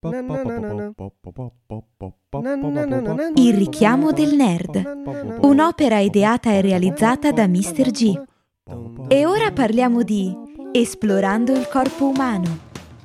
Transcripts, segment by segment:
Il richiamo del nerd, un'opera ideata e realizzata da Mr. G. E ora parliamo di Esplorando il corpo umano.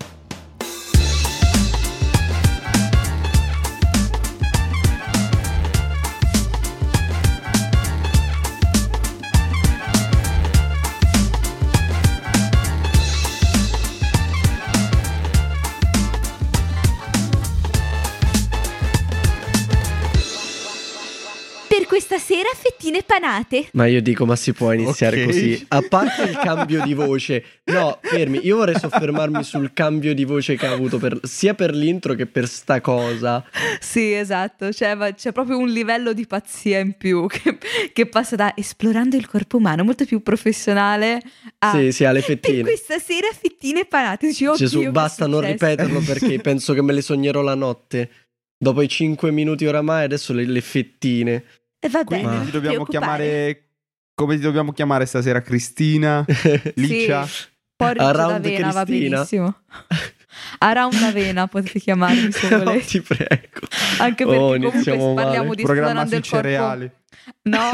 Questa sera fettine panate. Ma io dico, ma si può iniziare così? A parte il cambio di voce. No, fermi, io vorrei soffermarmi sul cambio di voce che ha avuto sia per l'intro che per sta cosa. Sì, esatto, c'è proprio un livello di pazzia in più che passa da esplorando il corpo umano, molto più professionale, a sì, alle fettine. Per questa sera fettine panate. Dici, Gesù, basta non ripeterlo perché penso che me le sognerò la notte. Dopo i 5 minuti oramai, adesso le fettine. Vabbè, quindi ti dobbiamo chiamare. Come ti dobbiamo chiamare stasera? Cristina? Licia? Sì. Porridge d'avena va benissimo. Around avena potete chiamarmi se volete. No, ti prego. Anche perché comunque parliamo di programma sui del corpo. cereali. No,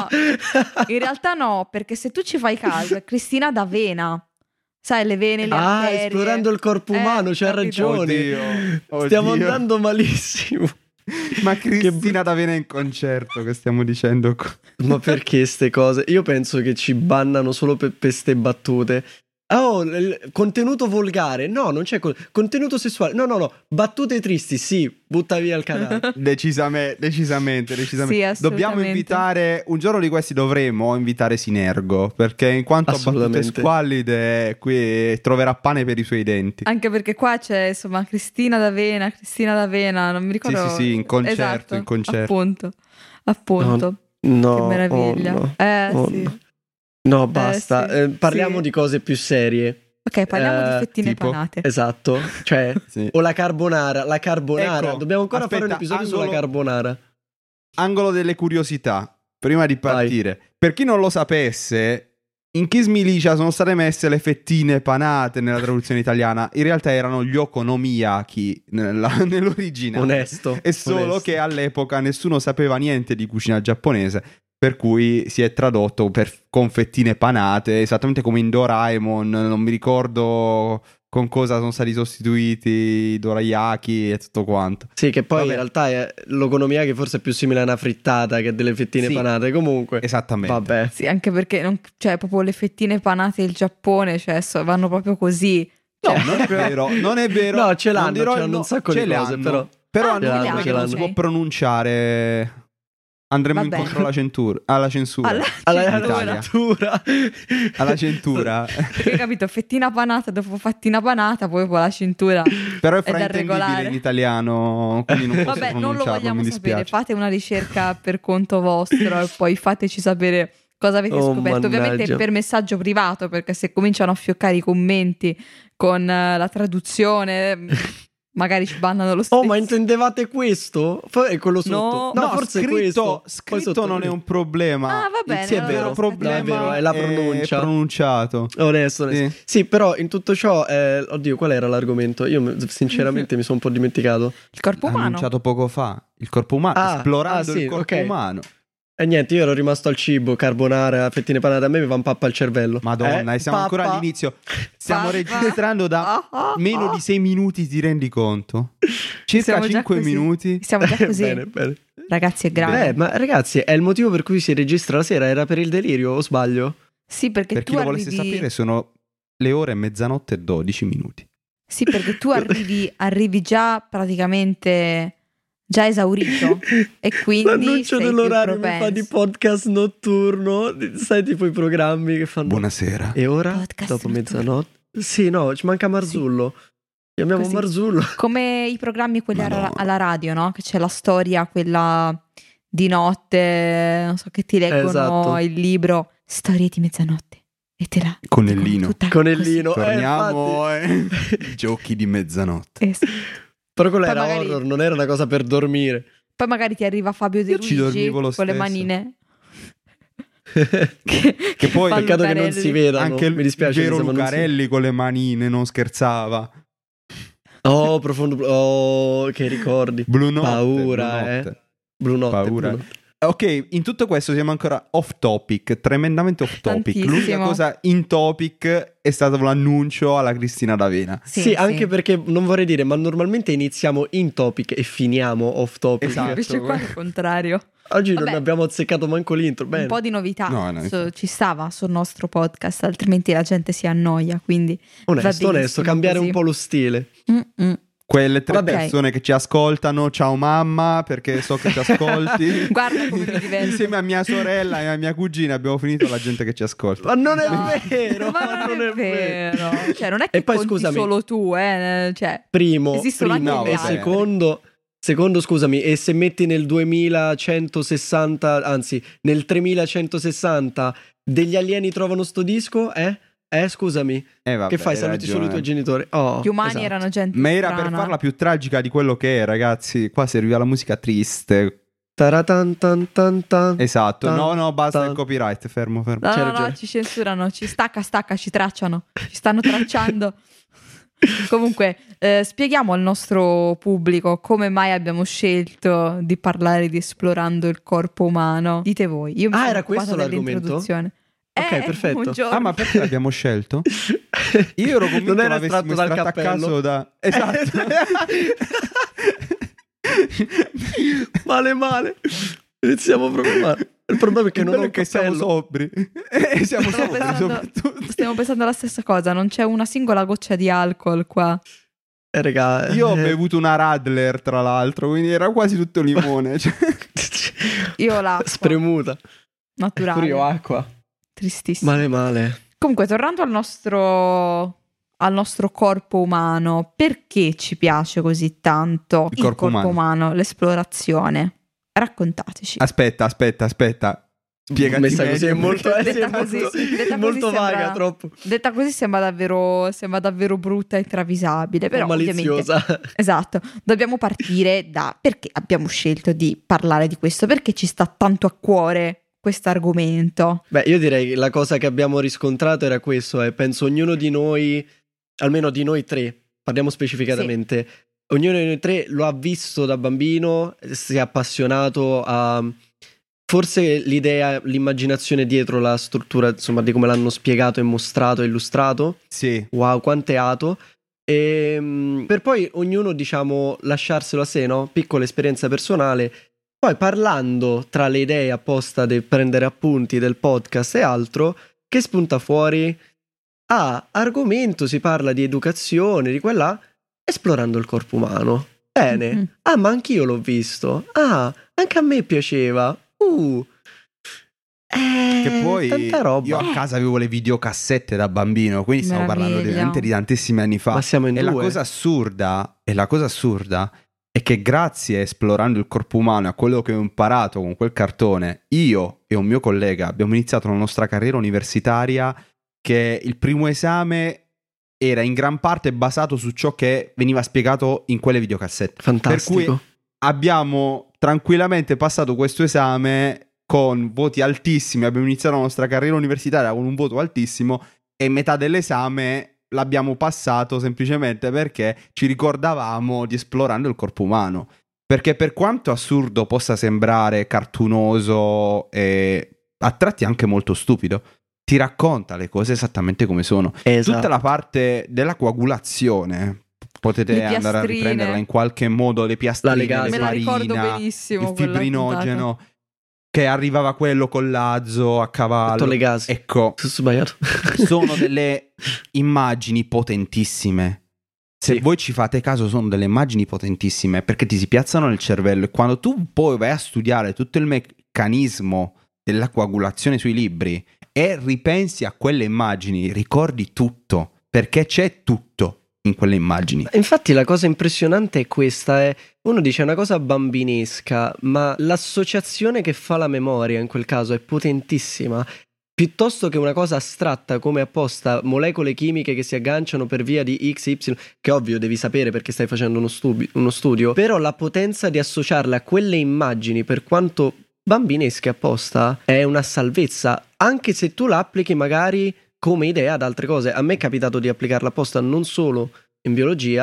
in realtà no, perché se tu ci fai caso è Cristina d'avena. Sai, le vene, le arterie. Esplorando il corpo umano, c'hai ragione. Oddio. Stiamo andando malissimo. Ma Cristina d'avena in concerto, che stiamo dicendo qua. Ma perché ste cose? Io penso che ci bannano solo per ste battute. Oh, contenuto volgare. No, non c'è contenuto sessuale. No. Battute tristi, sì. Butta via il canale. Decisamente. Sì, dobbiamo invitare. Un giorno di questi dovremo invitare Sinergo, perché in quanto a battute squallide qui troverà pane per i suoi denti. Anche perché qua c'è insomma Cristina d'avena, non mi ricordo. Sì, in concerto, esatto, in concerto. Appunto. No, che meraviglia. Sì. No, basta. Sì, parliamo di cose più serie. Ok, parliamo di fettine tipo? panate. Esatto. Cioè, sì. O la carbonara. Ecco, dobbiamo ancora fare un episodio sulla carbonara. Angolo delle curiosità. Prima di partire. Vai. Per chi non lo sapesse, in Kiss Me Licia sono state messe le fettine panate nella traduzione italiana. In realtà erano gli okonomiyaki nell'originale. Onesto. È solo che all'epoca nessuno sapeva niente di cucina giapponese, per cui si è tradotto con fettine panate, esattamente come in Doraemon. Non mi ricordo con cosa sono stati sostituiti i dorayaki e tutto quanto. Sì, che poi in realtà è l'okonomiyaki forse è più simile a una frittata che delle fettine panate. Comunque esattamente. Vabbè. Sì, anche perché cioè proprio le fettine panate del Giappone, cioè vanno proprio così. No, non è vero. No, ce l'hanno un sacco di cose, però non si può pronunciare. Andremo incontro alla censura. Alla centura. Perché capito, fettina panata dopo fattina panata, poi la cintura. Però è fraintendibile in italiano, quindi non posso pronunciarlo. Non lo vogliamo mi sapere. dispiace. Fate una ricerca per conto vostro e poi fateci sapere cosa avete scoperto. Ovviamente per messaggio privato, perché se cominciano a fioccare i commenti con la traduzione magari ci bannano lo stesso. Oh, ma intendevate questo? È quello sotto. No, forse scritto sotto non è un problema. Ah, va bene. Sì, è vero. È la pronuncia. È pronunciato. Onesto. Sì, però in tutto ciò, oddio, qual era l'argomento? Io sinceramente mi sono un po' dimenticato. Il corpo umano. Annunciato poco fa. Il corpo umano. Esplorando il corpo umano. E niente, io ero rimasto al cibo, carbonara, fettine panate, a me mi va un pappa al cervello. Madonna, e siamo ancora all'inizio. Stiamo registrando da meno di 6 minuti, ti rendi conto? Circa 5 minuti. Siamo già così. Bene. Ragazzi, è grave. Ma ragazzi, è il motivo per cui si registra la sera, era per il delirio, o sbaglio? Sì, perché per tu chi lo volesse sapere sono le ore 00:12. Sì, perché tu arrivi già praticamente... già esaurito e quindi l'annuncio dell'orario mi fa di podcast notturno, sai, tipo i programmi che fanno buonasera e ora podcast dopo notturno. Mezzanotte. Sì, no, ci manca Marzullo. Chiamiamo Così. Marzullo come i programmi quelli alla radio, no? Che c'è la storia quella di notte, non so, che ti leggono il libro Storie di mezzanotte e te la Connellino torniamo giochi di mezzanotte. Però quello era magari... horror, non era una cosa per dormire. Poi magari ti arriva Fabio De Luigi con le manine che poi peccato che non si vedano. Anche mi dispiace, il vero Lucarelli con le manine non scherzava. Oh, profondo. Oh, che ricordi. Blue Note. Paura, Blue Note. Paura. Blue Note. Ok, in tutto questo siamo ancora off topic, tremendamente off topic. Tantissimo. L'unica cosa in topic è stato l'annuncio alla Cristina D'Avena. Sì, anche perché non vorrei dire, ma normalmente iniziamo in topic e finiamo off topic. Esatto. Invece qua è il contrario. Oggi Vabbè, non abbiamo azzeccato manco l'intro. Bene. un po' di novità No, ci stava sul nostro podcast, altrimenti la gente si annoia, quindi Onesto, cambiare così. un po' lo stile. Quelle 3 Vabbè. persone che ci ascoltano, ciao mamma, perché so che ci ascolti. Guarda come mi diverto. Insieme a mia sorella e a mia cugina abbiamo finito la gente che ci ascolta. Ma non è No, vero, ma non è vero. Cioè, non è che E poi, conti scusami, solo tu, cioè, Primo, esistono anche no, gli e altri. secondo, scusami, e se metti nel 2160, anzi, nel 3160 degli alieni trovano sto disco, scusami, Vabbè, che fai? hai Saluti solo i ragione. tuoi genitori. Oh, Gli umani esatto. erano gente Ma era per strana. farla più tragica di quello che è, ragazzi. Qua serviva la musica triste. Taratan tan tan tan. Esatto. Tan, No, basta tan. il copyright. Fermo. No, C'hai no, ragione. ci censurano, ci stacca, ci tracciano, ci stanno tracciando. Comunque, spieghiamo al nostro pubblico come mai abbiamo scelto di parlare di esplorando il corpo umano. Dite voi. Io mi sono era occupata questo l'argomento? dell'introduzione. Ok, perfetto. Un giorno. Ah, ma perché l'abbiamo scelto? Io ero convinto Non era l'avessimo estratto dal estratto a cappello. caso da... Esatto. Male. Iniziamo proprio male. Il problema è che Il non ho bello il è che siamo cappello. sobri. E siamo Stavo sobri pensando- soprattutto. Stiamo pensando alla stessa cosa, non c'è una singola goccia di alcol qua. Raga, Io ho bevuto una Radler, tra l'altro, quindi era quasi tutto limone. Cioè. Io l'acqua spremuta. naturale. Pure io acqua. Tristissimo. Male. Comunque, tornando al nostro corpo umano, perché ci piace così tanto Il corpo umano, l'esplorazione? Raccontateci. Aspetta. Spiegati Messa così è meglio, molto, perché- Detta così, detta molto così vaga, sembra- troppo Detta così sembra davvero brutta e travisabile, però maliziosa. ovviamente esatto, dobbiamo partire da perché abbiamo scelto di parlare di questo, perché ci sta tanto a cuore questo argomento. Beh, io direi che la cosa che abbiamo riscontrato era questo, penso ognuno di noi, almeno di noi tre, parliamo specificatamente, ognuno di noi tre lo ha visto da bambino, si è appassionato a... Forse l'idea, l'immaginazione dietro la struttura, insomma, di come l'hanno spiegato e mostrato e illustrato. Sì. Wow, quante ato. Per poi ognuno, diciamo, lasciarselo a sé, no? Piccola esperienza personale. Poi parlando tra le idee apposta di prendere appunti del podcast e altro, che spunta fuori? Argomento, si parla di educazione, di quella, esplorando il corpo umano. Bene. Mm-hmm. Ma anch'io l'ho visto. Anche a me piaceva. Che poi tanta roba. io a casa avevo le videocassette da bambino, quindi stiamo parlando Meraviglia. veramente di tantissimi anni fa. Ma siamo in E due. la cosa assurda è che grazie a esplorando il corpo umano e a quello che ho imparato con quel cartone, io e un mio collega abbiamo iniziato la nostra carriera universitaria, che il primo esame era in gran parte basato su ciò che veniva spiegato in quelle videocassette. Fantastico. Per cui abbiamo tranquillamente passato questo esame con voti altissimi, abbiamo iniziato la nostra carriera universitaria con un voto altissimo e metà dell'esame l'abbiamo passato semplicemente perché ci ricordavamo di esplorando il corpo umano. Perché per quanto assurdo possa sembrare cartunoso e a tratti anche molto stupido, ti racconta le cose esattamente come sono. Esatto. Tutta la parte della coagulazione, potete Le andare a piastrine. riprenderla in qualche modo, le piastrine, La legase. le Me la ricordo farina, benissimo il quella fibrinogeno, che arrivava quello con l'azzo a cavallo. Le gasi. Ecco, Sbagliato. sono delle immagini potentissime. Se Sì. voi ci fate caso, sono delle immagini potentissime perché ti si piazzano nel cervello e quando tu poi vai a studiare tutto il meccanismo della coagulazione sui libri e ripensi a quelle immagini, ricordi tutto, perché c'è tutto in quelle immagini. Infatti la cosa impressionante è questa, uno dice una cosa bambinesca, ma l'associazione che fa la memoria in quel caso è potentissima. Piuttosto che una cosa astratta come apposta molecole chimiche che si agganciano per via di X, Y, che ovvio devi sapere perché stai facendo uno studio, però la potenza di associarle a quelle immagini, per quanto bambinesche apposta, è una salvezza, anche se tu la applichi magari come idea ad altre cose. A me è capitato di applicarla apposta non solo in biologia,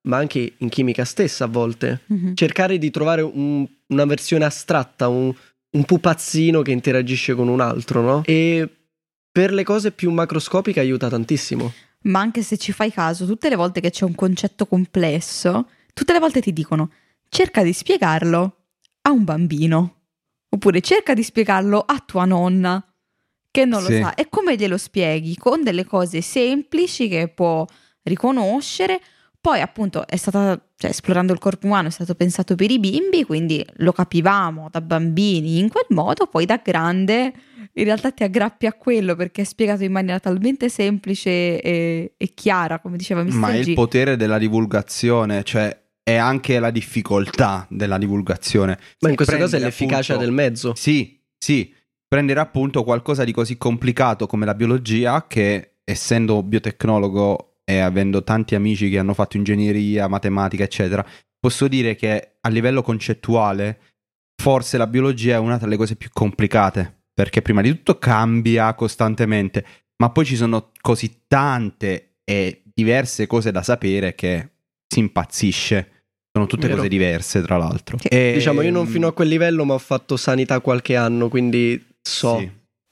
ma anche in chimica stessa a volte. Cercare di trovare una versione astratta, un pupazzino che interagisce con un altro, no? E per le cose più macroscopiche aiuta tantissimo. Ma anche se ci fai caso, tutte le volte che c'è un concetto complesso, tutte le volte ti dicono cerca di spiegarlo a un bambino, oppure cerca di spiegarlo a tua nonna che non lo sa. E come glielo spieghi? Con delle cose semplici che può riconoscere. Poi appunto esplorando il corpo umano è stato pensato per i bimbi, quindi lo capivamo da bambini in quel modo, poi da grande in realtà ti aggrappi a quello perché è spiegato in maniera talmente semplice e chiara, come diceva Mr. G. Ma è il potere della divulgazione, cioè è anche la difficoltà della divulgazione. Ma in questo caso è l'efficacia del mezzo. Sì, prendere appunto qualcosa di così complicato come la biologia, che essendo biotecnologo e avendo tanti amici che hanno fatto ingegneria, matematica, eccetera, posso dire che a livello concettuale forse la biologia è una tra le cose più complicate, perché prima di tutto cambia costantemente, ma poi ci sono così tante e diverse cose da sapere che si impazzisce. Sono tutte cose diverse, tra l'altro. Diciamo, io non fino a quel livello, ma ho fatto sanità qualche anno, quindi so.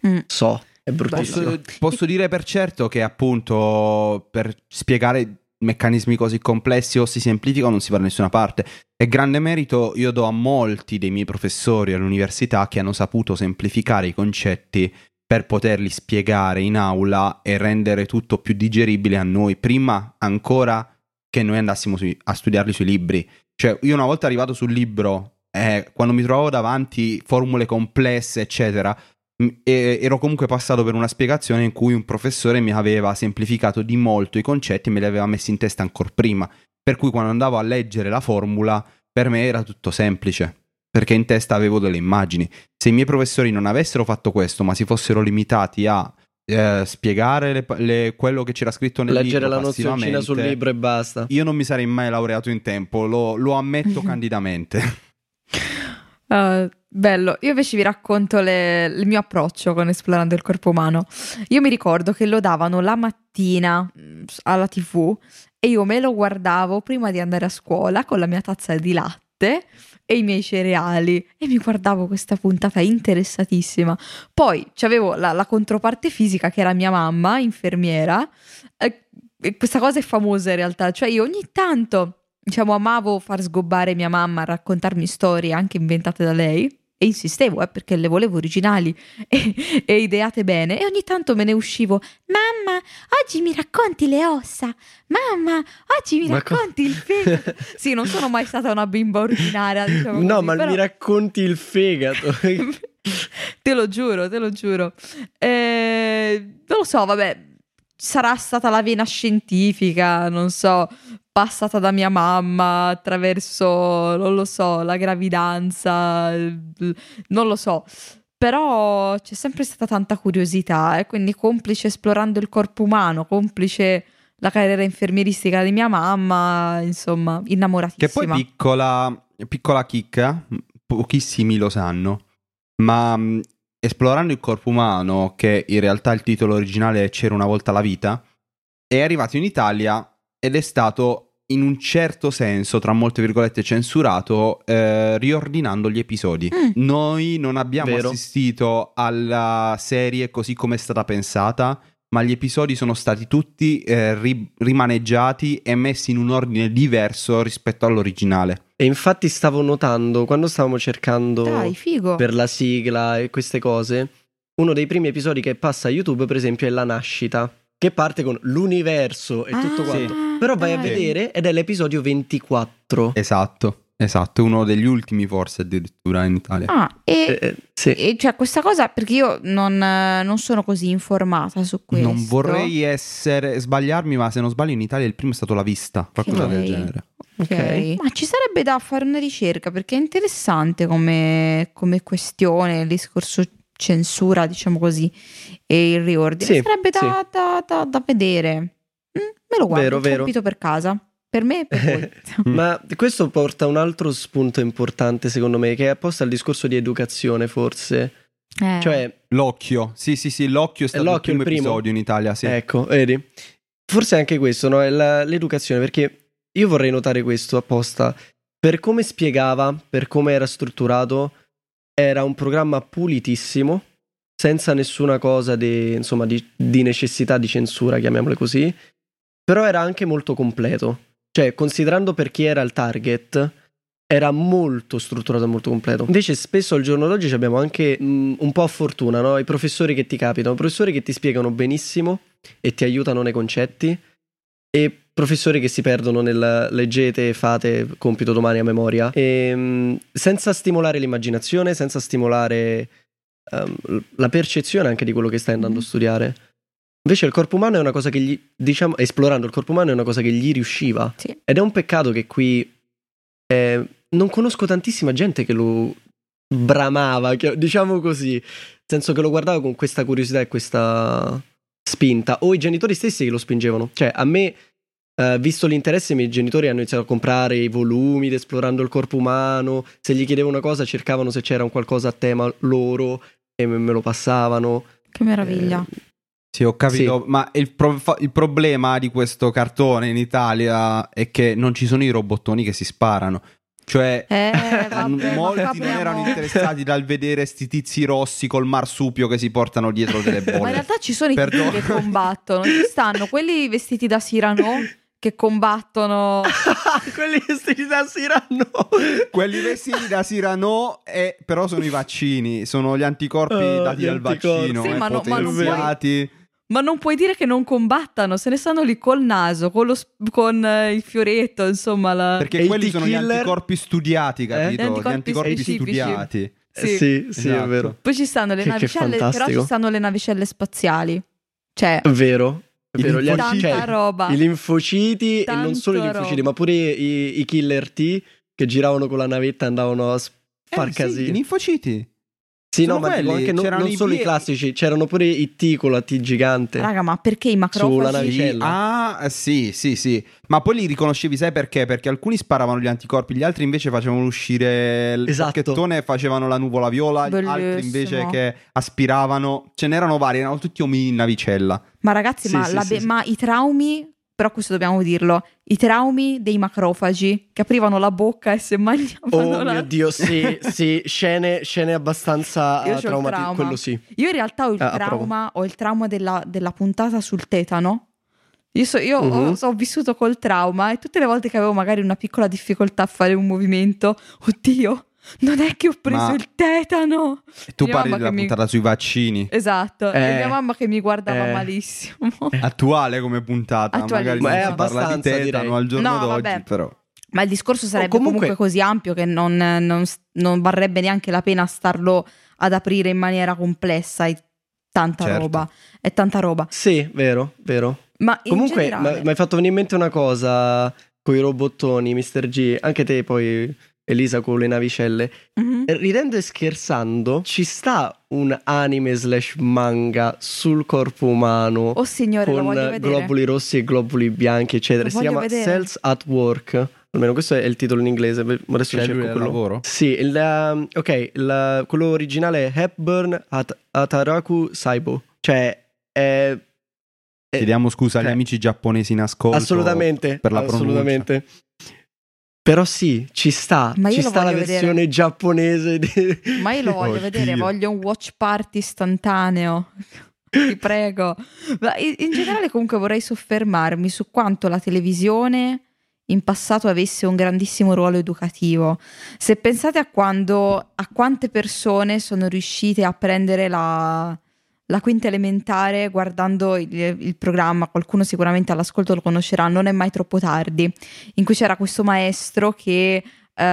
È bruttissimo. Posso dire per certo che appunto per spiegare meccanismi così complessi o si semplifica o non si va da nessuna parte. E grande merito io do a molti dei miei professori all'università che hanno saputo semplificare i concetti per poterli spiegare in aula e rendere tutto più digeribile a noi, prima ancora che noi andassimo a studiarli sui libri. Cioè io una volta arrivato sul libro, quando mi trovavo davanti formule complesse eccetera, ero comunque passato per una spiegazione in cui un professore mi aveva semplificato di molto i concetti e me li aveva messi in testa ancora prima, per cui quando andavo a leggere la formula per me era tutto semplice, perché in testa avevo delle immagini. Se i miei professori non avessero fatto questo, ma si fossero limitati a spiegare quello che c'era scritto nel leggere libro, la nozioncina sul libro e basta, io non mi sarei mai laureato in tempo, lo ammetto candidamente. Bello, io invece vi racconto il mio approccio con Esplorando il corpo umano. Io mi ricordo che lo davano la mattina alla TV e io me lo guardavo prima di andare a scuola con la mia tazza di latte e i miei cereali e mi guardavo questa puntata interessatissima. Poi c'avevo la controparte fisica che era mia mamma, infermiera, e questa cosa è famosa in realtà, cioè io ogni tanto amavo far sgobbare mia mamma a raccontarmi storie anche inventate da lei e insistevo perché le volevo originali e ideate bene e ogni tanto me ne uscivo. Mamma, oggi mi racconti le ossa? Mamma, oggi mi racconti il fegato? Sì, non sono mai stata una bimba ordinaria, diciamo così, no, ma però... mi racconti il fegato? Te lo giuro. Non lo so, vabbè, sarà stata la vena scientifica, non so, passata da mia mamma attraverso, non lo so, la gravidanza, non lo so, però c'è sempre stata tanta curiosità e quindi complice esplorando il corpo umano, complice la carriera infermieristica di mia mamma, insomma, innamoratissima. Che poi piccola chicca, pochissimi lo sanno, ma Esplorando il corpo umano, che in realtà il titolo originale è C'era una volta la vita, è arrivato in Italia ed è stato in un certo senso, tra molte virgolette, censurato, riordinando gli episodi. Noi non abbiamo assistito alla serie così come è stata pensata, ma gli episodi sono stati tutti rimaneggiati e messi in un ordine diverso rispetto all'originale. E infatti stavo notando, quando stavamo cercando per la sigla e queste cose, uno dei primi episodi che passa a YouTube, per esempio, è La Nascita, che parte con l'universo e tutto quanto. Però vai a vedere ed è l'episodio 24. Esatto, è uno degli ultimi forse addirittura in Italia. Sì. E cioè questa cosa, perché io non sono così informata su questo. Non vorrei sbagliarmi, ma se non sbaglio in Italia il primo è stato La Vista, qualcosa del genere. Okay. Ma ci sarebbe da fare una ricerca perché è interessante come questione il discorso censura, diciamo così, e il riordine. Sarebbe da vedere. Me lo guardo, un compito per casa. Per me e per voi. Ma questo porta a un altro spunto importante secondo me, che è apposta al discorso di educazione forse. Cioè l'occhio. Sì, l'occhio è stato il primo episodio in Italia, sì. Ecco, vedi. Forse anche questo, no? È l'educazione, perché io vorrei notare questo apposta. Per come spiegava, per come era strutturato, era un programma pulitissimo, senza nessuna cosa di necessità di censura, chiamiamole così, però era anche molto completo. Cioè, considerando per chi era il target, era molto strutturato e molto completo. Invece spesso al giorno d'oggi abbiamo anche un po' a fortuna, no? I professori che ti capitano, professori che ti spiegano benissimo e ti aiutano nei concetti, e professori che si perdono nel leggete, fate compito domani a memoria, e senza stimolare l'immaginazione, senza stimolare la percezione anche di quello che stai andando a studiare. Invece il corpo umano è una cosa che esplorando il corpo umano è una cosa che gli riusciva. Sì. Ed è un peccato che qui non conosco tantissima gente che lo bramava, diciamo così, nel senso che lo guardava con questa curiosità e questa spinta, o i genitori stessi che lo spingevano. Cioè, a me, visto l'interesse, i miei genitori hanno iniziato a comprare i volumi di Esplorando il corpo umano. Se gli chiedevo una cosa, cercavano se c'era un qualcosa a tema loro e me lo passavano. Che meraviglia. Sì, ho capito, Sì. ma il problema di questo cartone in Italia è che non ci sono i robottoni che si sparano. Cioè, Vabbè, molti non erano interessati dal vedere sti tizi rossi col marsupio che si portano dietro delle bolle. Ma in realtà ci sono i tizi che combattono. Ci stanno quelli vestiti da Cyrano che combattono. Quelli vestiti da Cyrano. Quelli vestiti da Cyrano, però sono i vaccini, sono gli anticorpi dati gli dal vaccino, Sì, ma non potenziati. Ma non puoi dire che non combattano, se ne stanno lì col naso, con il fioretto, insomma. Perché E quelli i sono gli T-killer? anticorpi studiati, capito? Gli Gli anticorpi specifici. studiati. Sì, Esatto. è vero. Poi ci stanno le Che navicelle, però fantastico. ci stanno le navicelle spaziali. Cioè, È vero. I Gli linfociti. tanta roba. I linfociti, e Tanto non solo i linfociti, roba. ma pure i killer T che giravano con la navetta e andavano a far Sì, casino. i linfociti. Sì, sono no, ma dico quelli, anche c'erano non i solo i pie- classici, c'erano pure i T con la T gigante. Raga, ma perché i Sulla macrofagi? navicella. Ah, sì. Ma poi li riconoscevi, sai perché? Perché alcuni sparavano gli anticorpi, gli altri invece facevano uscire il Esatto. pacchettone e facevano la nuvola viola, gli altri Bellissimo. invece che aspiravano. Ce n'erano vari, erano tutti omini in navicella. Ma ragazzi, Sì, sì. ma i traumi, però questo dobbiamo dirlo, i traumi dei macrofagi che aprivano la bocca e se mangiavano Oh mio Dio, sì, scene abbastanza Io c'ho il traumatiche, trauma. quello sì. Io in realtà ho il trauma della puntata sul tetano. Io Mhm. ho vissuto col trauma e tutte le volte che avevo magari una piccola difficoltà a fare un movimento, oddio, non è che ho preso Ma- il tetano. E tu Mia parli mamma della che mi- puntata sui vaccini. Esatto, e mia mamma che mi guardava eh. malissimo. Attuale come puntata, magari Attualissimo. non Ma è si parla di abbastanza, tetano direi. al giorno No, d'oggi, vabbè. però. Ma il discorso sarebbe comunque- comunque così ampio che non varrebbe neanche la pena starlo ad aprire in maniera complessa. È tanta Certo. roba. È tanta roba. Sì, vero. Ma in Comunque, generale... mi hai fatto venire in mente una cosa con i robottoni, Mr. G, anche te poi, Elisa, con le navicelle. Mhm. Ridendo e scherzando, ci sta un anime / manga sul corpo umano Oh signore, lo con voglio vedere. globuli rossi e globuli bianchi, eccetera. Lo Si voglio chiama vedere. Cells at Work. Almeno questo è il titolo in inglese. Adesso Cellule cerco al quello. lavoro? Sì, quello originale è Hepburn Ataraku Saibo. Cioè, è Chiediamo scusa agli cioè, amici giapponesi in ascolto. assolutamente, per la assolutamente. Però sì, ci sta. Ma io Ci lo sta la voglio versione giapponese Ma io lo voglio Oddio. vedere, voglio un watch party istantaneo. Ti prego. Ma in generale comunque vorrei soffermarmi su quanto la televisione in passato avesse un grandissimo ruolo educativo. Se pensate a quante persone sono riuscite a prendere la quinta elementare guardando il programma, qualcuno sicuramente all'ascolto lo conoscerà, Non è mai troppo tardi, in cui c'era questo maestro che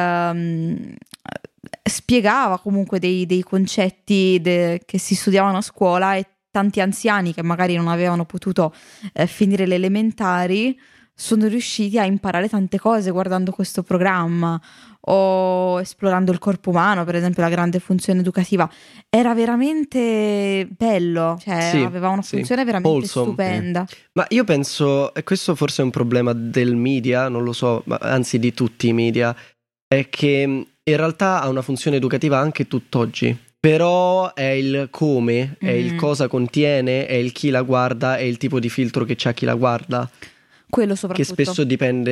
spiegava comunque dei concetti che si studiavano a scuola, e tanti anziani che magari non avevano potuto finire le elementari sono riusciti a imparare tante cose guardando questo programma, o Esplorando il corpo umano, per esempio, la grande funzione educativa. Era veramente bello, cioè Sì, aveva una sì. funzione veramente Wholesome. stupenda. Ma io penso, e questo forse è un problema del media, non lo so, ma anzi di tutti i media, è che in realtà ha una funzione educativa anche tutt'oggi. Però è il come, è il cosa contiene, è il chi la guarda, è il tipo di filtro che c'ha chi la guarda, Quello che soprattutto. spesso dipende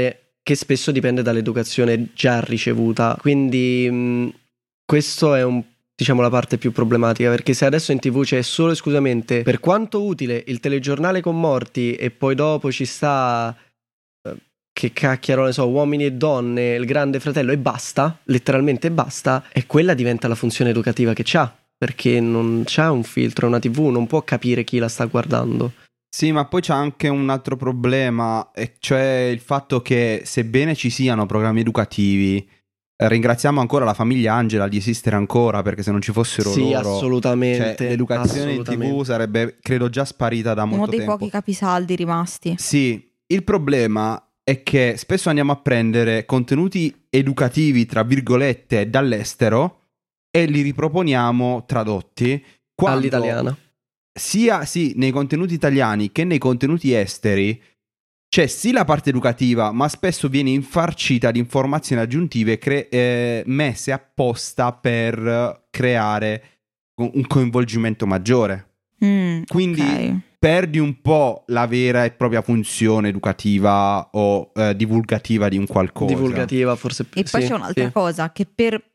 che spesso dipende dall'educazione già ricevuta. Quindi questo è diciamo la parte più problematica, perché se adesso in TV c'è solo esclusivamente, per quanto utile, il telegiornale con morti e poi dopo ci sta che cacchiaro ne so, Uomini e Donne, Il Grande Fratello e basta, letteralmente basta, e quella diventa la funzione educativa che c'ha, perché non c'ha un filtro, una TV non può capire chi la sta guardando. Sì, ma poi c'è anche un altro problema, e cioè il fatto che sebbene ci siano programmi educativi, ringraziamo ancora la famiglia Angela di esistere ancora, perché se non ci fossero sì, loro, assolutamente, cioè, l'educazione in TV sarebbe, credo, già sparita da molto tempo. Uno dei pochi capisaldi rimasti. Sì, il problema è che spesso andiamo a prendere contenuti educativi, tra virgolette, dall'estero e li riproponiamo tradotti all'italiana. Sia sì nei contenuti italiani che nei contenuti esteri c'è sì la parte educativa, ma spesso viene infarcita di informazioni aggiuntive messe apposta per creare un coinvolgimento maggiore. Quindi okay, perdi un po' la vera e propria funzione educativa o divulgativa di un qualcosa. Divulgativa forse più. E poi c'è un'altra cosa, che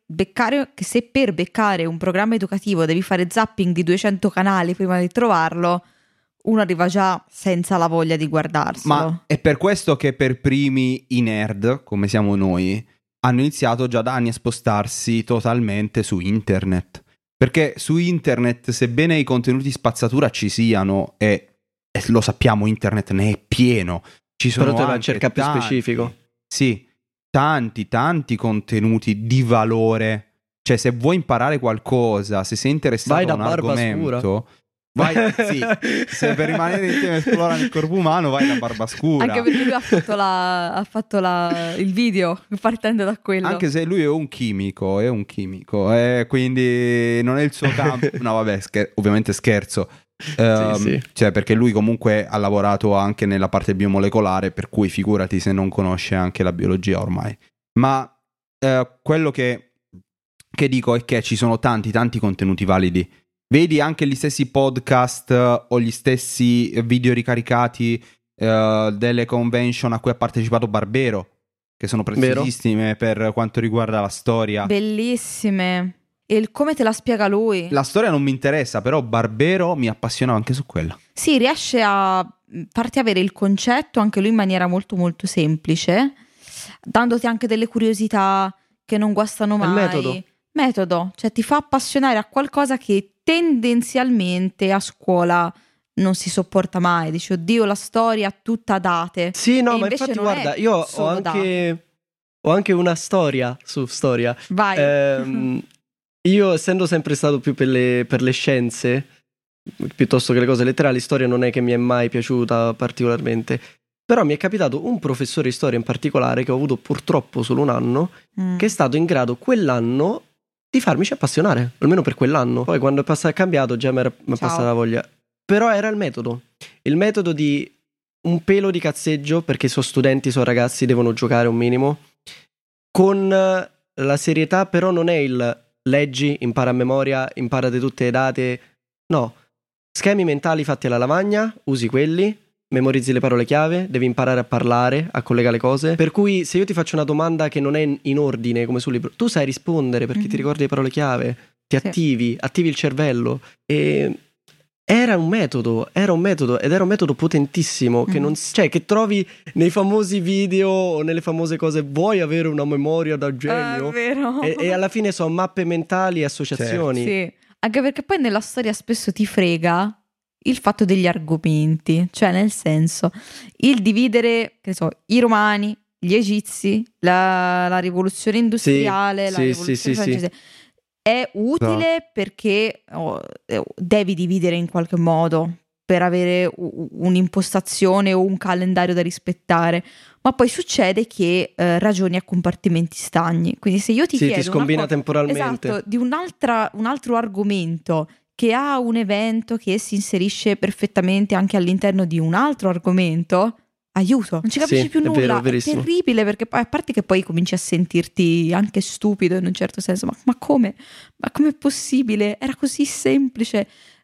se per beccare un programma educativo devi fare zapping di 200 canali prima di trovarlo, uno arriva già senza la voglia di guardarselo. Ma è per questo che per primi i nerd, come siamo noi, hanno iniziato già da anni a spostarsi totalmente su internet. Perché su internet, sebbene i contenuti spazzatura ci siano, e lo sappiamo, internet ne è pieno, ci sono però te anche cerca più specifico. Sì, tanti contenuti di valore. Cioè, se vuoi imparare qualcosa, se sei interessato a un argomento, vai, sì, se per rimanere in tema esplorare il corpo umano, vai da Barbascura. Anche perché lui ha fatto il video partendo da quello. Anche se lui è un chimico, quindi non è il suo campo. No, vabbè, ovviamente scherzo. Sì. Cioè, perché lui comunque ha lavorato anche nella parte biomolecolare, per cui figurati se non conosce anche la biologia ormai. Ma quello che dico è che ci sono tanti contenuti validi. Vedi anche gli stessi podcast o gli stessi video ricaricati delle convention a cui ha partecipato Barbero, che sono preziosissime per quanto riguarda la storia. Bellissime. E come te la spiega lui? La storia non mi interessa, però Barbero mi appassionava anche su quella. Sì, riesce a farti avere il concetto anche lui in maniera molto molto semplice, dandoti anche delle curiosità che non guastano mai. Metodo, cioè ti fa appassionare a qualcosa che tendenzialmente a scuola non si sopporta mai. Dici, oddio, la storia tutta a date. Sì, no, ma infatti guarda, io ho anche una storia su storia. Vai. Io, essendo sempre stato più per le scienze piuttosto che le cose letterali, storia non è che mi è mai piaciuta particolarmente. Però mi è capitato un professore di storia in particolare, che ho avuto purtroppo solo un anno, che è stato in grado quell'anno di farmici appassionare, almeno per quell'anno. Poi quando è cambiato già mi è passata la voglia. Però era il metodo di un pelo di cazzeggio, perché sono studenti, sono ragazzi, devono giocare un minimo, con la serietà. Però non è il leggi, impara a memoria, imparate tutte le date, no, schemi mentali fatti alla lavagna, usi quelli, memorizzi le parole chiave, devi imparare a parlare, a collegare le cose. Per cui se io ti faccio una domanda che non è in ordine come sul libro, tu sai rispondere perché ti ricordi le parole chiave, ti attivi il cervello. E era un metodo ed era un metodo potentissimo che che trovi nei famosi video o nelle famose cose. Vuoi avere una memoria da genio? Vero. E alla fine sono mappe mentali e associazioni. Sì, anche perché poi nella storia spesso ti frega il fatto degli argomenti, cioè nel senso, il dividere, che ne so, i romani, gli egizi, la rivoluzione industriale, la rivoluzione francese. È utile perché devi dividere in qualche modo per avere un'impostazione o un calendario da rispettare, ma poi succede che ragioni a compartimenti stagni. Quindi se io ti chiedo ti scombina temporalmente. Esatto, di un altro argomento che ha un evento che si inserisce perfettamente anche all'interno di un altro argomento, aiuto, non ci capisci più nulla, è terribile, perché poi, a parte che poi cominci a sentirti anche stupido in un certo senso, ma come? Ma com'è possibile? Era così semplice,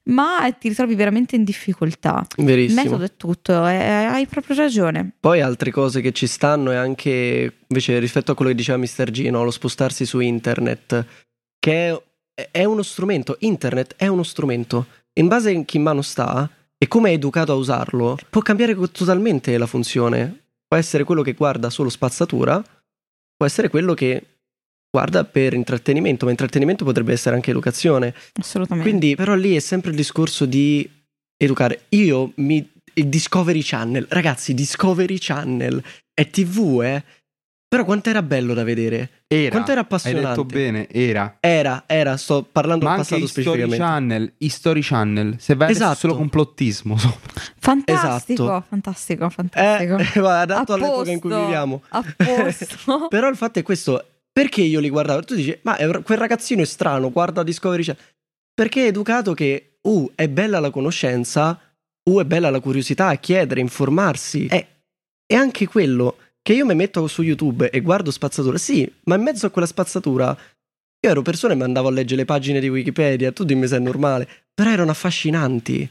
ma ti ritrovi veramente in difficoltà. Verissimo. Il metodo è tutto, hai proprio ragione. Poi altre cose che ci stanno è anche, invece, rispetto a quello che diceva Mr. G, no? Lo spostarsi su internet, che è uno strumento. Internet è uno strumento. In base a chi in mano sta e come è educato a usarlo, può cambiare totalmente la funzione. Può essere quello che guarda solo spazzatura, può essere quello che guarda per intrattenimento, ma intrattenimento potrebbe essere anche educazione. Assolutamente. Quindi, però lì è sempre il discorso di educare. Il Discovery Channel, ragazzi, Discovery Channel è TV, però quanto era bello da vedere. Quanto era appassionante. Hai detto bene, era, sto parlando ma del anche passato specificamente. History Channel, se vai Esatto. solo complottismo. Fantastico, Esatto. fantastico. Adatto all'epoca in cui viviamo. A posto. Però il fatto è questo, perché io li guardavo? Tu dici, ma quel ragazzino è strano, guarda Discovery Channel. Perché è educato che, è bella la conoscenza, è bella la curiosità, chiedere, informarsi. E anche quello, che io mi metto su YouTube e guardo spazzatura, sì, ma in mezzo a quella spazzatura io ero persona e mi andavo a leggere le pagine di Wikipedia, tu dimmi se è normale, però erano affascinanti.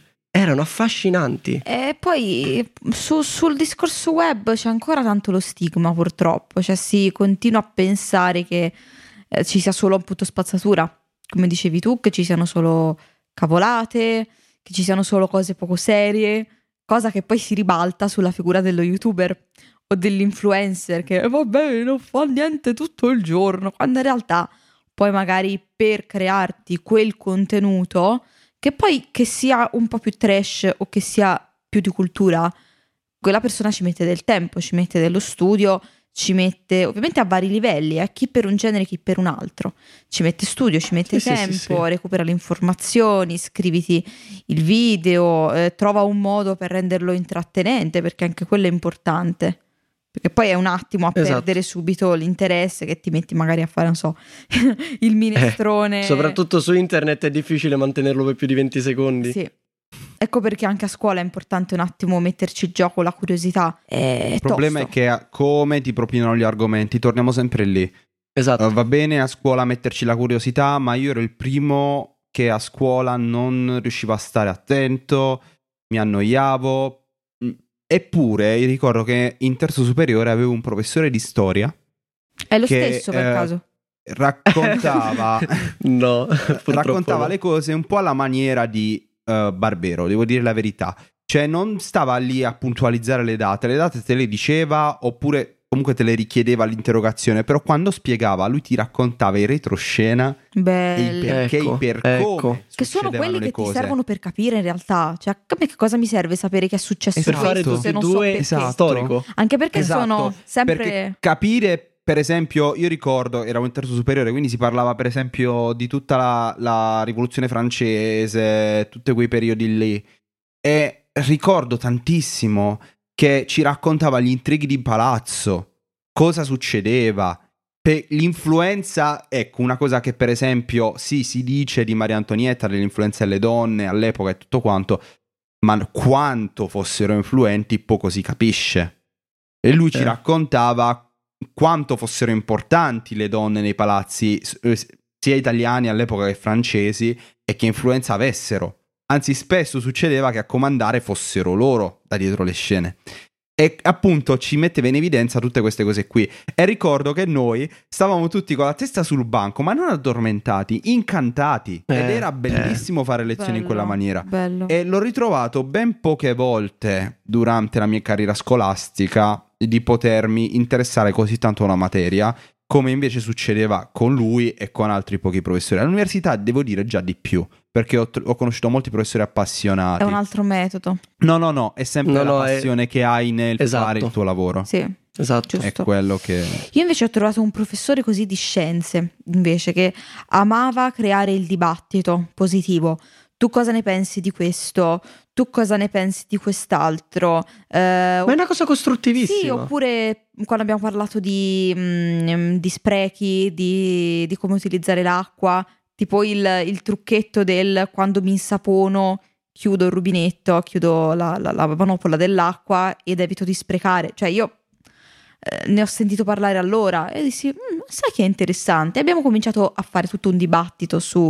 E poi sul discorso web c'è ancora tanto lo stigma, purtroppo, cioè si continua a pensare che ci sia solo appunto spazzatura, come dicevi tu, che ci siano solo cavolate, che ci siano solo cose poco serie, cosa che poi si ribalta sulla figura dello YouTuber o dell'influencer che vabbè non fa niente tutto il giorno, quando in realtà poi magari per crearti quel contenuto, che poi che sia un po' più trash o che sia più di cultura, quella persona ci mette del tempo, ci mette dello studio, ci mette ovviamente a vari livelli, chi per un genere, chi per un altro, ci mette studio, ci mette tempo, sì. recupera le informazioni, scriviti il video, trova un modo per renderlo intrattenente, perché anche quello è importante. Perché poi è un attimo a perdere subito l'interesse, che ti metti magari a fare, non so, il minestrone. Soprattutto su internet è difficile mantenerlo per più di 20 secondi. Sì. Ecco perché anche a scuola è importante un attimo metterci in gioco la curiosità. Il problema è che come ti propinano gli argomenti, torniamo sempre lì. Esatto. Va bene a scuola metterci la curiosità, ma io ero il primo che a scuola non riusciva a stare attento, mi annoiavo. Eppure ricordo che in terzo superiore avevo un professore di storia. È lo stesso per caso? Raccontava no, raccontava le cose un po' alla maniera di Barbero, devo dire la verità. Cioè non stava lì a puntualizzare le date te le diceva, oppure comunque te le richiedeva l'interrogazione, però quando spiegava lui ti raccontava in retroscena il perché, come che sono quelli che cose. Ti servono per capire in realtà, cioè a me che cosa mi serve sapere che è successo per fare se non due so storico, anche perché sono sempre perché capire, per esempio, io ricordo ero in terzo superiore, quindi si parlava per esempio di tutta la rivoluzione francese, tutti quei periodi lì, e ricordo tantissimo che ci raccontava gli intrighi di palazzo, cosa succedeva, l'influenza, ecco, una cosa che per esempio si dice di Maria Antonietta, dell'influenza delle donne all'epoca e tutto quanto, ma quanto fossero influenti poco si capisce. E lui ci raccontava quanto fossero importanti le donne nei palazzi, sia italiani all'epoca che francesi, e che influenza avessero. Anzi, spesso succedeva che a comandare fossero loro da dietro le scene. E appunto ci metteva in evidenza tutte queste cose qui. E ricordo che noi stavamo tutti con la testa sul banco, ma non addormentati, incantati. Ed era bellissimo fare lezioni in quella maniera. Bello. E l'ho ritrovato ben poche volte durante la mia carriera scolastica di potermi interessare così tanto a una materia, come invece succedeva con lui e con altri pochi professori. All'università devo dire già di più, perché ho conosciuto molti professori appassionati. È un altro metodo. No, è sempre la passione che hai nel fare il tuo lavoro. Sì, esatto. giusto. È quello che... Io invece ho trovato un professore così di scienze, invece, che amava creare il dibattito positivo. Tu cosa ne pensi di questo? Tu cosa ne pensi di quest'altro? Ma è una cosa costruttivissima. Sì, oppure quando abbiamo parlato di sprechi, di come utilizzare l'acqua, tipo il trucchetto del quando mi insapono chiudo il rubinetto, chiudo la manopola dell'acqua ed evito di sprecare. Cioè io ne ho sentito parlare allora e dissi, sai che è interessante? Abbiamo cominciato a fare tutto un dibattito su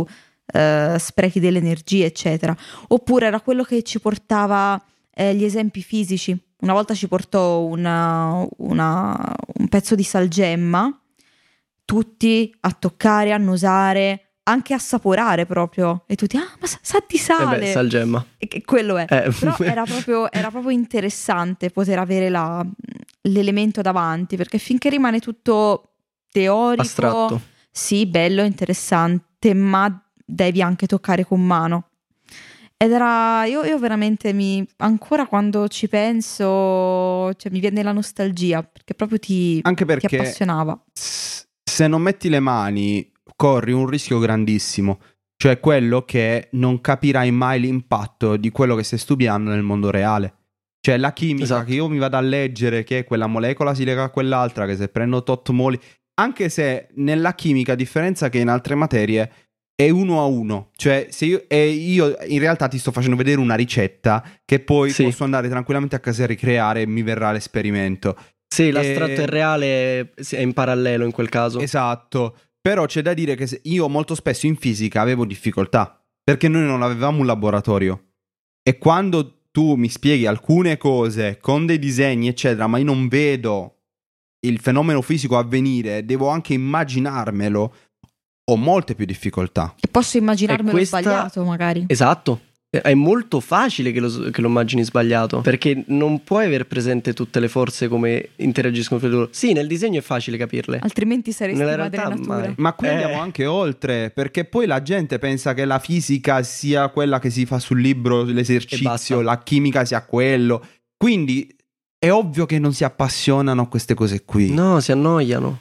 sprechi delle energie, eccetera. Oppure era quello che ci portava gli esempi fisici. Una volta ci portò un pezzo di salgemma, tutti a toccare, a annusare, anche a assaporare proprio, e tutti ma sa di sale. Salgemma. E quello è. Però era proprio interessante poter avere l'elemento davanti, perché finché rimane tutto teorico, astratto, sì, bello, interessante, ma devi anche toccare con mano. Ed era, io veramente ancora quando ci penso, cioè, mi viene la nostalgia, perché proprio anche perché ti appassionava. Se non metti le mani corri un rischio grandissimo, cioè quello che non capirai mai l'impatto di quello che stai studiando nel mondo reale. Cioè la chimica, esatto, che io mi vado a leggere che quella molecola si lega a quell'altra, che se prendo tot moli, anche se nella chimica, a differenza che in altre materie, è 1 a 1. Cioè se io in realtà ti sto facendo vedere una ricetta che poi posso andare tranquillamente a casa e ricreare e mi verrà l'esperimento. Sì, l'astratto e il reale è in parallelo in quel caso. Esatto. Però c'è da dire che io molto spesso in fisica avevo difficoltà, perché noi non avevamo un laboratorio. E quando tu mi spieghi alcune cose con dei disegni, eccetera, ma io non vedo il fenomeno fisico avvenire, devo anche immaginarmelo, ho molte più difficoltà. E posso immaginarmelo sbagliato, magari. Esatto. È molto facile che lo immagini sbagliato, perché non puoi aver presente tutte le forze come interagiscono fra loro. Sì, nel disegno è facile capirle, altrimenti saresti madre natura. Ma qui andiamo anche oltre, perché poi la gente pensa che la fisica sia quella che si fa sul libro, l'esercizio, la chimica sia quello. Quindi è ovvio che non si appassionano a queste cose qui. No, si annoiano.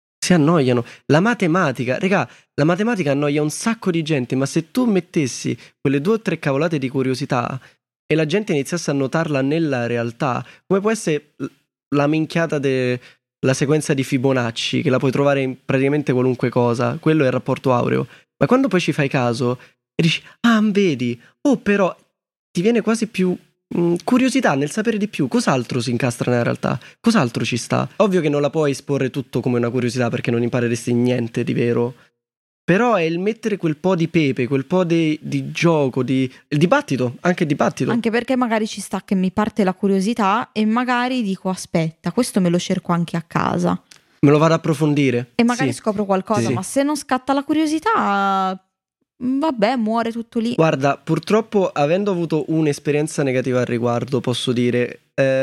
La matematica, regà, la matematica annoia un sacco di gente, ma se tu mettessi quelle 2 o 3 cavolate di curiosità e la gente iniziasse a notarla nella realtà, come può essere la minchiata della sequenza di Fibonacci, che la puoi trovare in praticamente qualunque cosa, quello è il rapporto aureo, ma quando poi ci fai caso e dici, vedi, però ti viene quasi più curiosità nel sapere di più, cos'altro si incastra nella realtà, cos'altro ci sta. Ovvio che non la puoi esporre tutto come una curiosità, perché non impareresti niente di vero, però è il mettere quel po' di pepe, quel po' di gioco, il dibattito, anche perché magari ci sta che mi parte la curiosità e magari dico aspetta, questo me lo cerco anche a casa, me lo vado ad approfondire e magari scopro qualcosa, ma se non scatta la curiosità, vabbè, muore tutto lì. Guarda, purtroppo, avendo avuto un'esperienza negativa al riguardo, posso dire,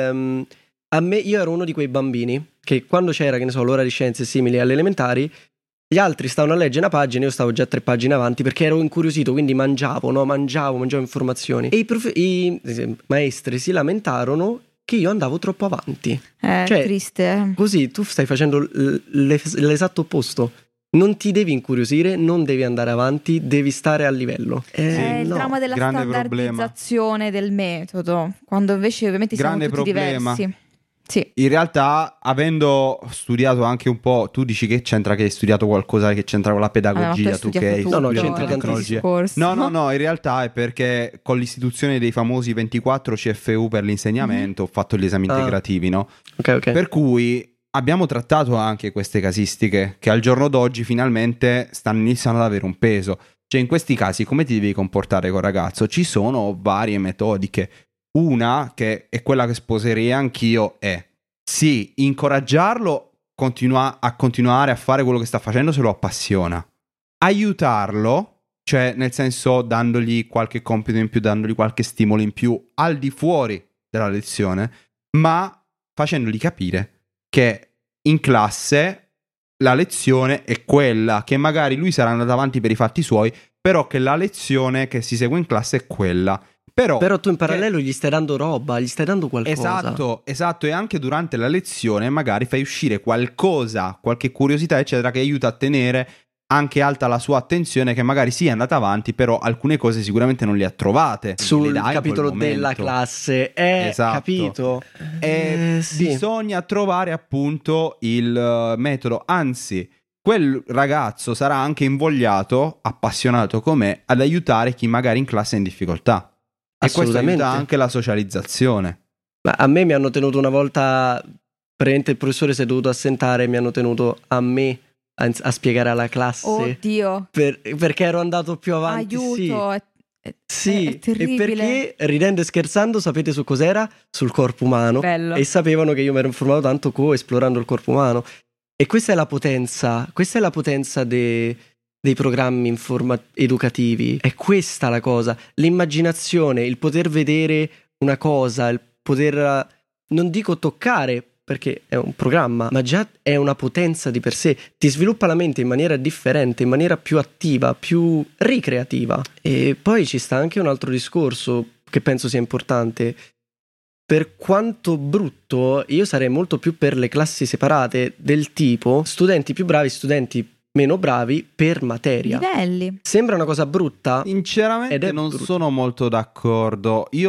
a me, io ero uno di quei bambini che quando c'era, che ne so, l'ora di scienze simili alle elementari, gli altri stavano a leggere una pagina, io stavo già 3 pagine avanti perché ero incuriosito, quindi mangiavo informazioni, e i maestri si lamentarono che io andavo troppo avanti. Cioè, triste. Così tu stai facendo l'esatto opposto. Non ti devi incuriosire, non devi andare avanti, devi stare a livello. Il dramma della standardizzazione del metodo, quando invece ovviamente siamo tutti diversi. Sì. In realtà, avendo studiato anche un po', tu dici che c'entra che hai studiato qualcosa che c'entra con la pedagogia, tu che hai studiato la tecnologia. No, in realtà è perché con l'istituzione dei famosi 24 CFU per l'insegnamento ho fatto gli esami integrativi, no? Ok. Per cui abbiamo trattato anche queste casistiche che al giorno d'oggi finalmente stanno iniziando ad avere un peso. Cioè, in questi casi come ti devi comportare col ragazzo? Ci sono varie metodiche. Una, che è quella che sposerei anch'io, è sì, incoraggiarlo a continuare a fare quello che sta facendo se lo appassiona. Aiutarlo, cioè nel senso dandogli qualche compito in più, dandogli qualche stimolo in più al di fuori della lezione, ma facendogli capire che in classe la lezione è quella, che magari lui sarà andato avanti per i fatti suoi, però che la lezione che si segue in classe è quella. Però tu in parallelo gli stai dando roba, gli stai dando qualcosa. Esatto, e anche durante la lezione magari fai uscire qualcosa, qualche curiosità, eccetera, che aiuta a tenere anche alta la sua attenzione, che magari sì è andata avanti, però alcune cose sicuramente non le ha trovate. Sul capitolo della classe, capito? Sì. Bisogna trovare appunto il metodo, anzi quel ragazzo sarà anche invogliato, appassionato com'è, ad aiutare chi magari in classe è in difficoltà. E questo aiuta anche la socializzazione. Ma a me mi hanno tenuto una volta, praticamente il professore si è dovuto assentare, mi hanno tenuto a me a spiegare alla classe. Oddio. Perché ero andato più avanti. Aiuto, Sì, è terribile. e perché, ridendo e scherzando, sapete su cos'era? Sul corpo umano. Bello. E sapevano che io mi ero informato tanto esplorando il corpo umano. E questa è la potenza dei programmi educativi. È questa la cosa, l'immaginazione, il poter vedere una cosa, il poter, non dico toccare, perché è un programma, ma già è una potenza di per sé, ti sviluppa la mente in maniera differente, in maniera più attiva, più ricreativa. E poi ci sta anche un altro discorso che penso sia importante. Per quanto brutto, io sarei molto più per le classi separate, del tipo studenti più bravi, studenti meno bravi per materia. Livelli. Sembra una cosa brutta? Sinceramente non sono molto d'accordo. Io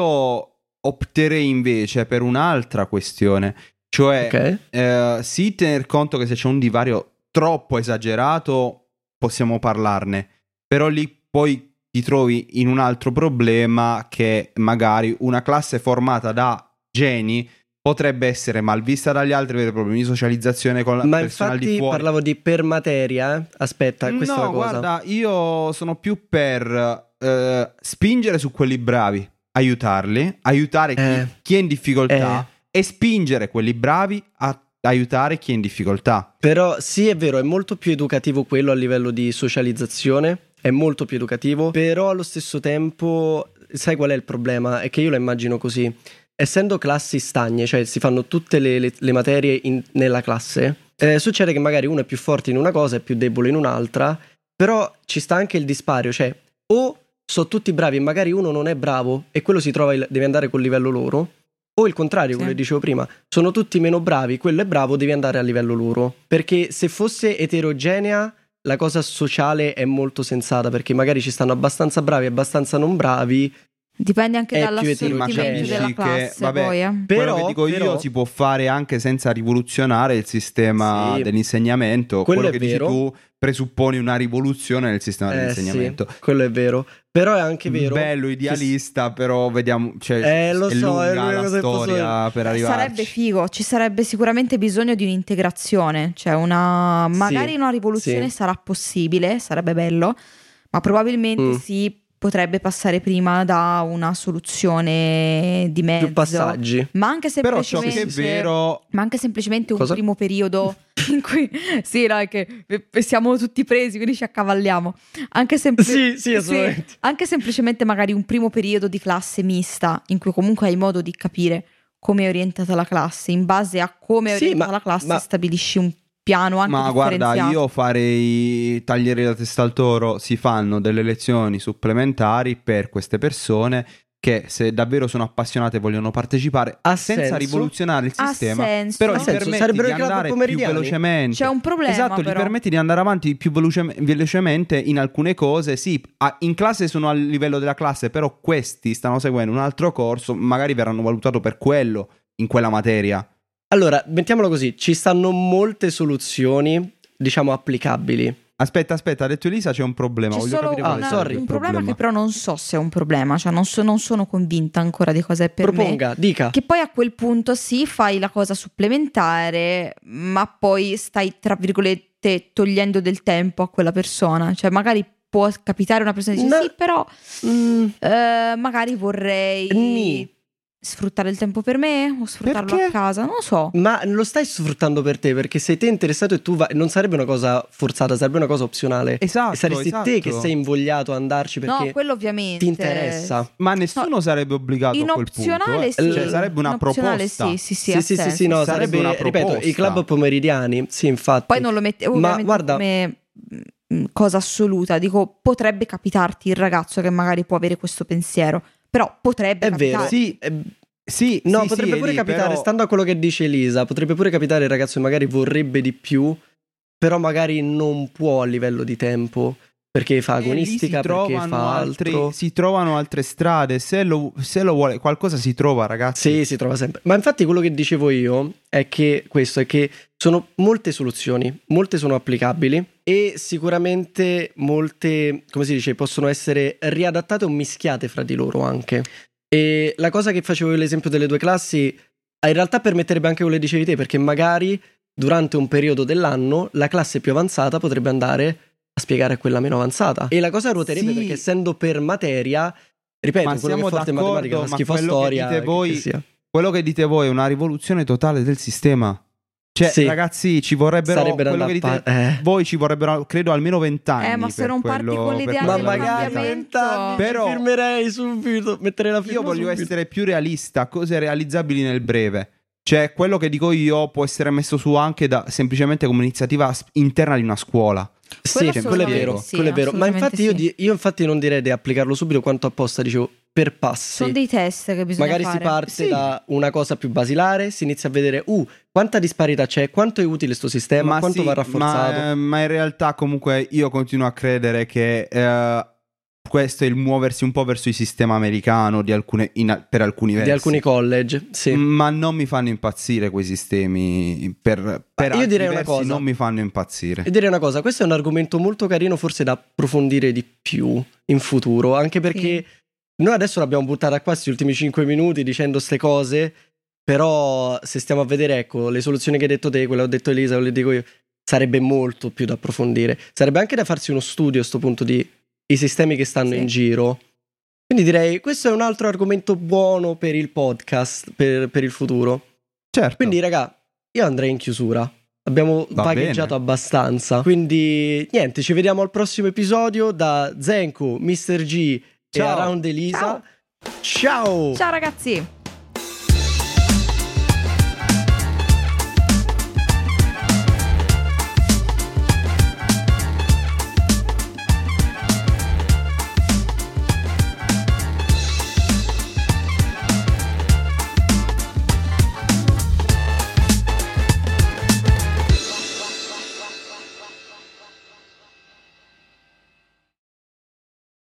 opterei invece per un'altra questione. Cioè, sì, tener conto che se c'è un divario troppo esagerato possiamo parlarne, però lì poi ti trovi in un altro problema, che magari una classe formata da geni potrebbe essere mal vista dagli altri, avere problemi di socializzazione con la persona al di fuori. Ma infatti parlavo di per materia, aspetta, questa è una cosa. No, guarda, io sono più per spingere su quelli bravi, aiutarli, aiutare chi è in difficoltà, e spingere quelli bravi a aiutare chi è in difficoltà. Però sì, è vero, è molto più educativo quello a livello di socializzazione, è molto più educativo, però allo stesso tempo, sai qual è il problema? È che io la immagino così, essendo classi stagne, cioè si fanno tutte le materie nella classe, succede che magari uno è più forte in una cosa e più debole in un'altra, però ci sta anche il dispario, cioè o sono tutti bravi e magari uno non è bravo e quello si trova, deve andare col livello loro, o il contrario, quello che dicevo prima, sono tutti meno bravi, quello è bravo, devi andare a livello loro. Perché se fosse eterogenea, la cosa sociale è molto sensata, perché magari ci stanno abbastanza bravi e abbastanza non bravi. Dipende anche dall'assortimento della classe, vabbè, poi, quello che dico io si può fare anche senza rivoluzionare il sistema dell'insegnamento. Quello che dici tu presupponi una rivoluzione nel sistema dell'insegnamento. Sì, quello è vero. Però è anche vero. Bello idealista, però vediamo, cioè, lo è so, lunga è la storia per arrivarci. Sarebbe figo, ci sarebbe sicuramente bisogno di un'integrazione, cioè magari una rivoluzione sarà possibile, sarebbe bello, ma probabilmente potrebbe passare prima da una soluzione di mezzo. Più passaggi. Ma anche semplicemente, però ciò che è vero, ma anche semplicemente un primo periodo in cui è che siamo tutti presi, quindi ci accavalliamo. Anche assolutamente. Anche semplicemente magari un primo periodo di classe mista, in cui comunque hai modo di capire come è orientata la classe. In base a come è orientata la classe stabilisci un piano anche differenziato. Guarda, io taglierei la testa al toro. Si fanno delle lezioni supplementari per queste persone che, se davvero sono appassionate e vogliono partecipare, senza rivoluzionare il sistema, però gli permette di andare più velocemente. C'è un problema, esatto, però. Gli permette di andare avanti più velocemente in alcune cose. Sì, in classe sono a livello della classe, però questi stanno seguendo un altro corso, magari verranno valutato per quello in quella materia. Allora, mettiamolo così, ci stanno molte soluzioni, diciamo, applicabili. Aspetta, ha detto Elisa c'è un problema. C'è solo un problema che però non so se è un problema, cioè non sono convinta ancora di cosa è per me. Dica. Che poi a quel punto fai la cosa supplementare, ma poi stai, tra virgolette, togliendo del tempo a quella persona. Cioè magari può capitare una persona che dice sì, però magari vorrei... sfruttare il tempo per me o sfruttarlo a casa, non lo so. Ma lo stai sfruttando per te, perché sei te interessato e tu vai, non sarebbe una cosa forzata, sarebbe una cosa opzionale. Esatto. E saresti te che sei invogliato a andarci perché quello ovviamente ti interessa. Ma nessuno sarebbe obbligato a quel punto. Cioè, sarebbe una proposta. Sì, no, sarebbe una proposta. Ripeto, i club pomeridiani, sì, infatti. Poi non lo mette come cosa assoluta, dico, potrebbe capitarti il ragazzo che magari può avere questo pensiero. Però potrebbe capitare. Potrebbe pure capitare, però... stando a quello che dice Elisa, potrebbe pure capitare il ragazzo che magari vorrebbe di più, però magari non può a livello di tempo, perché fa agonistica, perché fa altro. Si trovano altre strade, se lo vuole, qualcosa si trova, ragazzi. Sì, si trova sempre. Ma infatti quello che dicevo io è che sono molte soluzioni, molte sono applicabili e sicuramente molte, come si dice, possono essere riadattate o mischiate fra di loro anche. E la cosa che facevo io, l'esempio delle due classi, in realtà permetterebbe anche quello che dicevi te, perché magari durante un periodo dell'anno la classe più avanzata potrebbe andare a spiegare a quella meno avanzata. E la cosa ruoterebbe perché essendo per materia, ripeto, ma quello che è forte in matematica fa schifo a storia. Quello che dite voi è una rivoluzione totale del sistema. Cioè, ragazzi, ci vorrebbero voi ci vorrebbero, credo, almeno 20 anni. Ma se non parti con l'idea del cambiamento, però firmerei subito, metterei la firma. Io voglio essere più realista, cose realizzabili nel breve. Cioè, quello che dico io può essere messo su anche semplicemente come iniziativa interna di una scuola. Sì, quello è vero, quello è vero. Ma infatti io infatti non direi di applicarlo subito quanto apposta, dicevo, per passi. Sono dei test che bisogna fare. Magari si parte da una cosa più basilare, si inizia a vedere quanta disparità c'è, quanto è utile sto sistema, quanto va rafforzato. Ma in realtà comunque io continuo a credere che questo è il muoversi un po' verso il sistema americano per alcuni versi. Di alcuni college, sì. Ma non mi fanno impazzire quei sistemi io direi una cosa, non mi fanno impazzire. E direi una cosa, questo è un argomento molto carino forse da approfondire di più in futuro, anche perché noi adesso l'abbiamo buttata qua questi ultimi 5 minuti dicendo ste cose, però se stiamo a vedere, ecco, le soluzioni che hai detto te, quelle che ho detto Elisa, quelle che dico io, sarebbe molto più da approfondire. Sarebbe anche da farsi uno studio a sto punto di i sistemi che stanno in giro. Quindi direi questo è un altro argomento buono per il podcast, per il futuro. Certo. Quindi raga, io andrei in chiusura. Abbiamo vagheggiato abbastanza. Quindi niente, ci vediamo al prossimo episodio da Zenko, Mr. G e Around Elisa. Ciao ragazzi.